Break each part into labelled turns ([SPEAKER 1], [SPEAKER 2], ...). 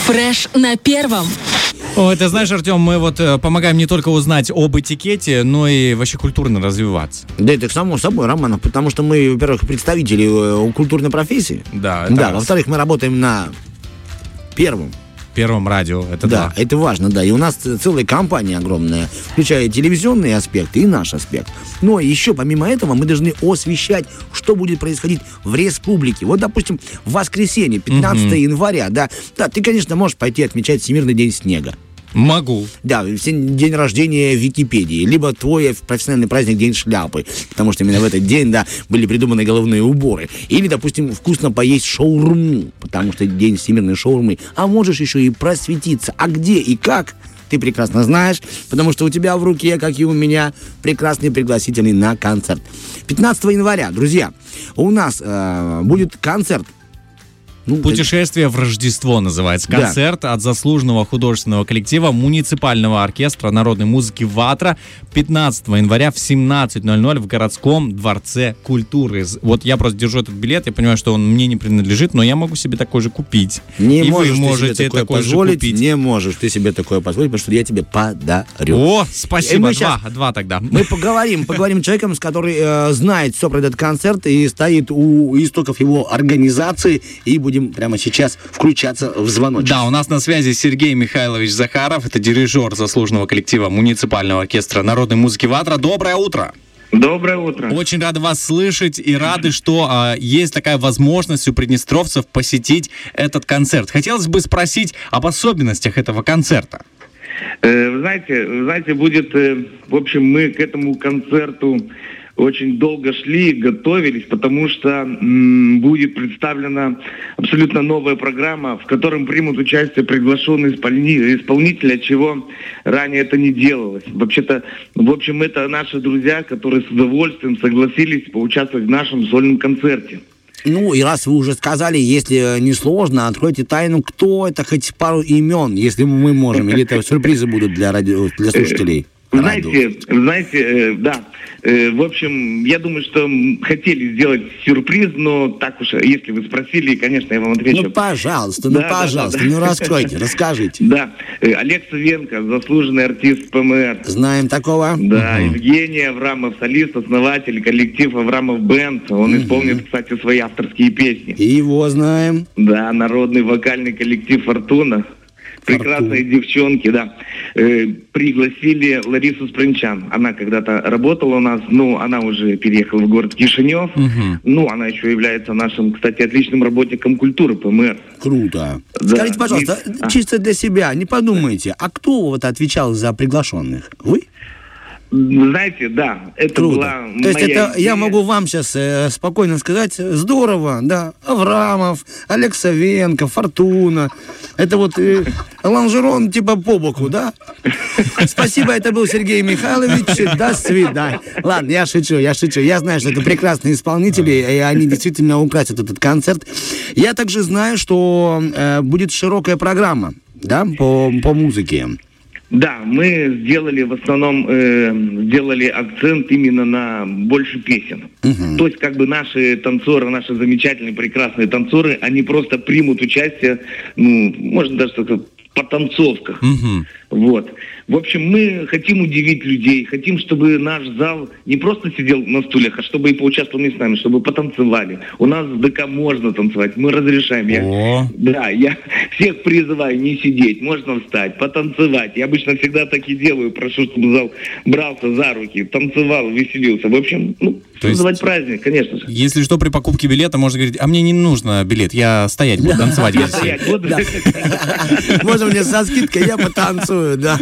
[SPEAKER 1] Фреш на первом.
[SPEAKER 2] Ой, ты знаешь, Артем, мы вот помогаем не только узнать об этикете, но и вообще культурно развиваться.
[SPEAKER 3] Да это само собой, Романов, потому что мы, во-первых, представители культурной профессии.
[SPEAKER 2] Да,
[SPEAKER 3] да. Во-вторых, мы работаем на первом
[SPEAKER 2] радио, это
[SPEAKER 3] да. Это важно, да. И у нас целая компания огромная, включая телевизионный аспект и наш аспект. Но еще помимо этого мы должны освещать, что будет происходить в республике. Вот, допустим, в воскресенье, 15 января, да. Да, ты, конечно, можешь пойти отмечать Всемирный день снега.
[SPEAKER 2] Могу.
[SPEAKER 3] Да, день рождения Википедии, либо твой профессиональный праздник День шляпы, потому что именно в этот день, да, были придуманы головные уборы. Или, допустим, вкусно поесть шаурму, потому что день всемирной шаурмы. А можешь еще и просветиться. А где и как, ты прекрасно знаешь, потому что у тебя в руке, как и у меня, прекрасный пригласительный на концерт. 15 января, друзья, у нас будет концерт.
[SPEAKER 2] «Путешествие в Рождество» называется. Концерт от заслуженного художественного коллектива муниципального оркестра народной музыки «Ватра» 15 января в 17:00 в городском дворце культуры. Вот я просто держу этот билет, я понимаю, что он мне не принадлежит, но я могу себе такой же купить.
[SPEAKER 3] Не
[SPEAKER 2] и
[SPEAKER 3] можешь
[SPEAKER 2] вы можете
[SPEAKER 3] себе такое
[SPEAKER 2] такой
[SPEAKER 3] позволить,
[SPEAKER 2] же купить.
[SPEAKER 3] Не можешь ты себе такое позволить, потому что я тебе подарю.
[SPEAKER 2] О, спасибо, два тогда.
[SPEAKER 3] Мы поговорим с человеком, который знает все про этот концерт и стоит у истоков его организации, и будем прямо сейчас включаться в звоночек.
[SPEAKER 2] Да, у нас на связи Сергей Михайлович Захаров, это дирижер заслуженного коллектива муниципального оркестра народной музыки «Ватра». Доброе утро!
[SPEAKER 4] Доброе утро.
[SPEAKER 2] Очень рады вас слышать и рады, что есть такая возможность у приднестровцев посетить этот концерт. Хотелось бы спросить об особенностях этого концерта.
[SPEAKER 4] Вы знаете, будет, в общем, мы к этому концерту очень долго шли, готовились, потому что будет представлена абсолютно новая программа, в которой примут участие приглашенные исполнители, от чего ранее это не делалось. Вообще-то, в общем, это наши друзья, которые с удовольствием согласились поучаствовать в нашем сольном концерте.
[SPEAKER 3] Ну, и раз вы уже сказали, если не сложно, откройте тайну, кто это, хоть пару имен, если мы можем, или это сюрпризы будут для слушателей.
[SPEAKER 4] Знаете, да. В общем, я думаю, что хотели сделать сюрприз, но так уж, если вы спросили, конечно, я вам отвечу.
[SPEAKER 3] Ну, пожалуйста, раскройте, расскажите.
[SPEAKER 4] Да, Олег Савенко, заслуженный артист ПМР.
[SPEAKER 3] Знаем такого.
[SPEAKER 4] Да, Евгений Аврамов, солист, основатель, коллектив Аврамов Бенд. Он исполнит, кстати, свои авторские песни.
[SPEAKER 3] И его знаем.
[SPEAKER 4] Да, народный вокальный коллектив «Фортуна». Прекрасные девчонки, да. Пригласили Ларису Спринчан. Она когда-то работала у нас, она уже переехала в город Кишинев. Она еще является нашим, кстати, отличным работником культуры ПМР.
[SPEAKER 3] Круто.
[SPEAKER 4] Да.
[SPEAKER 3] Скажите, пожалуйста, чисто для себя, не подумайте, а кто вот отвечал за приглашенных? Вы?
[SPEAKER 4] Знаете, да, это
[SPEAKER 3] круто.
[SPEAKER 4] Была
[SPEAKER 3] То есть
[SPEAKER 4] моя
[SPEAKER 3] это
[SPEAKER 4] идея.
[SPEAKER 3] я могу вам сейчас спокойно сказать, здорово, да, Аврамов, Олег Савенко, Фортуна, это вот лонжерон типа по боку, да? Спасибо, это был Сергей Михайлович, до свидания. Ладно, я шучу, я знаю, что это прекрасные исполнители, и они действительно украсят этот концерт. Я также знаю, что будет широкая программа, да, по музыке.
[SPEAKER 4] Да, мы сделали в основном акцент именно на больше песен. То есть как бы наши танцоры, наши замечательные, прекрасные танцоры, они просто примут участие, можно даже сказать, по танцовках. Вот. В общем, мы хотим удивить людей, хотим, чтобы наш зал не просто сидел на стульях, а чтобы и поучаствовали с нами, чтобы потанцевали. У нас в ДК можно танцевать, мы разрешаем. Я всех призываю не сидеть, можно встать, потанцевать. Я обычно всегда так и делаю, прошу, чтобы зал брался за руки, танцевал, веселился. В общем, создавать праздник, конечно же.
[SPEAKER 2] Если что, при покупке билета можно говорить, а мне не нужно билет, я стоять буду, танцевать.
[SPEAKER 3] Можно мне со скидкой, я потанцую, да.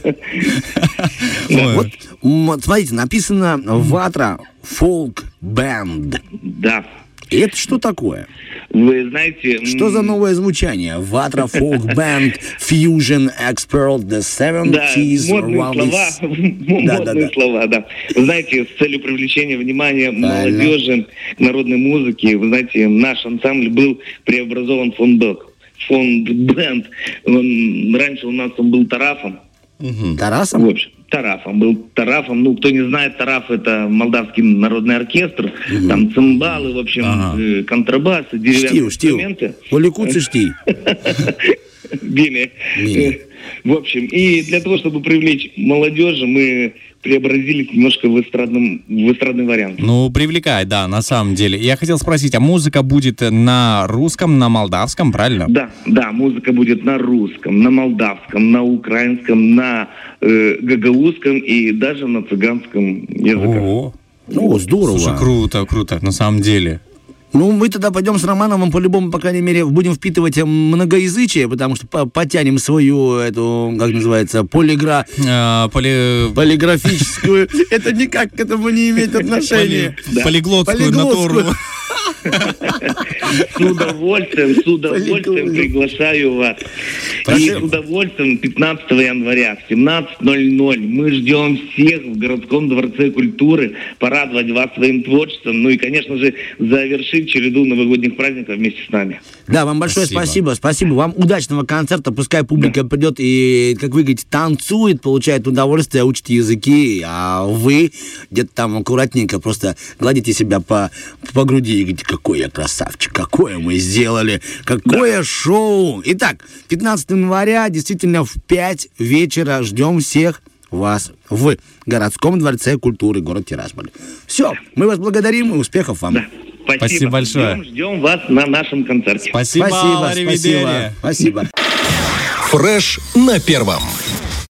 [SPEAKER 3] Вот, смотрите, написано «Ватра Folk Band».
[SPEAKER 4] Да.
[SPEAKER 3] Это что такое?
[SPEAKER 4] Вы знаете...
[SPEAKER 3] Что за новое звучание? «Ватра Folk Band Fusion Expert The 70s».
[SPEAKER 4] Да, модные слова, да. Вы знаете, с целью привлечения внимания молодежи к народной музыке, вы знаете, наш ансамбль был преобразован в фонд-бенд. Раньше у нас он был Тарафом.
[SPEAKER 3] Тарафом?
[SPEAKER 4] В общем, Тарафом. Кто не знает, Тараф — это молдавский народный оркестр. Там цимбалы, в общем, контрабасы, деревянные инструменты.
[SPEAKER 3] Уликуцы шти.
[SPEAKER 4] Бене. В общем, и для того, чтобы привлечь молодежь, мы преобразились немножко в эстрадный вариант.
[SPEAKER 2] Ну, привлекает, да, на самом деле. Я хотел спросить, а музыка будет на русском, на молдавском, правильно?
[SPEAKER 4] Да, музыка будет на русском, на молдавском, на украинском, на гагаузском и даже на цыганском языках.
[SPEAKER 2] О,
[SPEAKER 3] Ну, здорово.
[SPEAKER 2] слушай, круто, на самом деле.
[SPEAKER 3] Ну, мы тогда пойдем с Романовым, по-любому, по крайней мере, будем впитывать многоязычие, потому что потянем свою, эту, как называется, полиграфическую. Это никак к этому не имеет отношения.
[SPEAKER 2] Полиглотскую натуру.
[SPEAKER 4] С удовольствием приглашаю вас. И с удовольствием 15 января в 17:00 мы ждем всех в городском дворце культуры, порадовать вас своим творчеством, ну и, конечно же, завершить череду новогодних праздников вместе с нами.
[SPEAKER 3] Да, вам большое спасибо. Спасибо вам. Удачного концерта. Пускай публика придет и, как вы говорите, танцует, получает удовольствие, учит языки, а вы где-то там аккуратненько просто гладите себя по груди и говорите, какой я красавчик, какое мы сделали, какое шоу. Итак, 15 января, действительно, в 5 вечера ждем всех вас в городском дворце культуры, город Тирасполь. Все, мы вас благодарим и успехов вам.
[SPEAKER 4] Да.
[SPEAKER 2] Спасибо большое.
[SPEAKER 4] Ждем вас на нашем концерте.
[SPEAKER 2] Спасибо.
[SPEAKER 3] Спасибо.
[SPEAKER 2] Фреш на первом.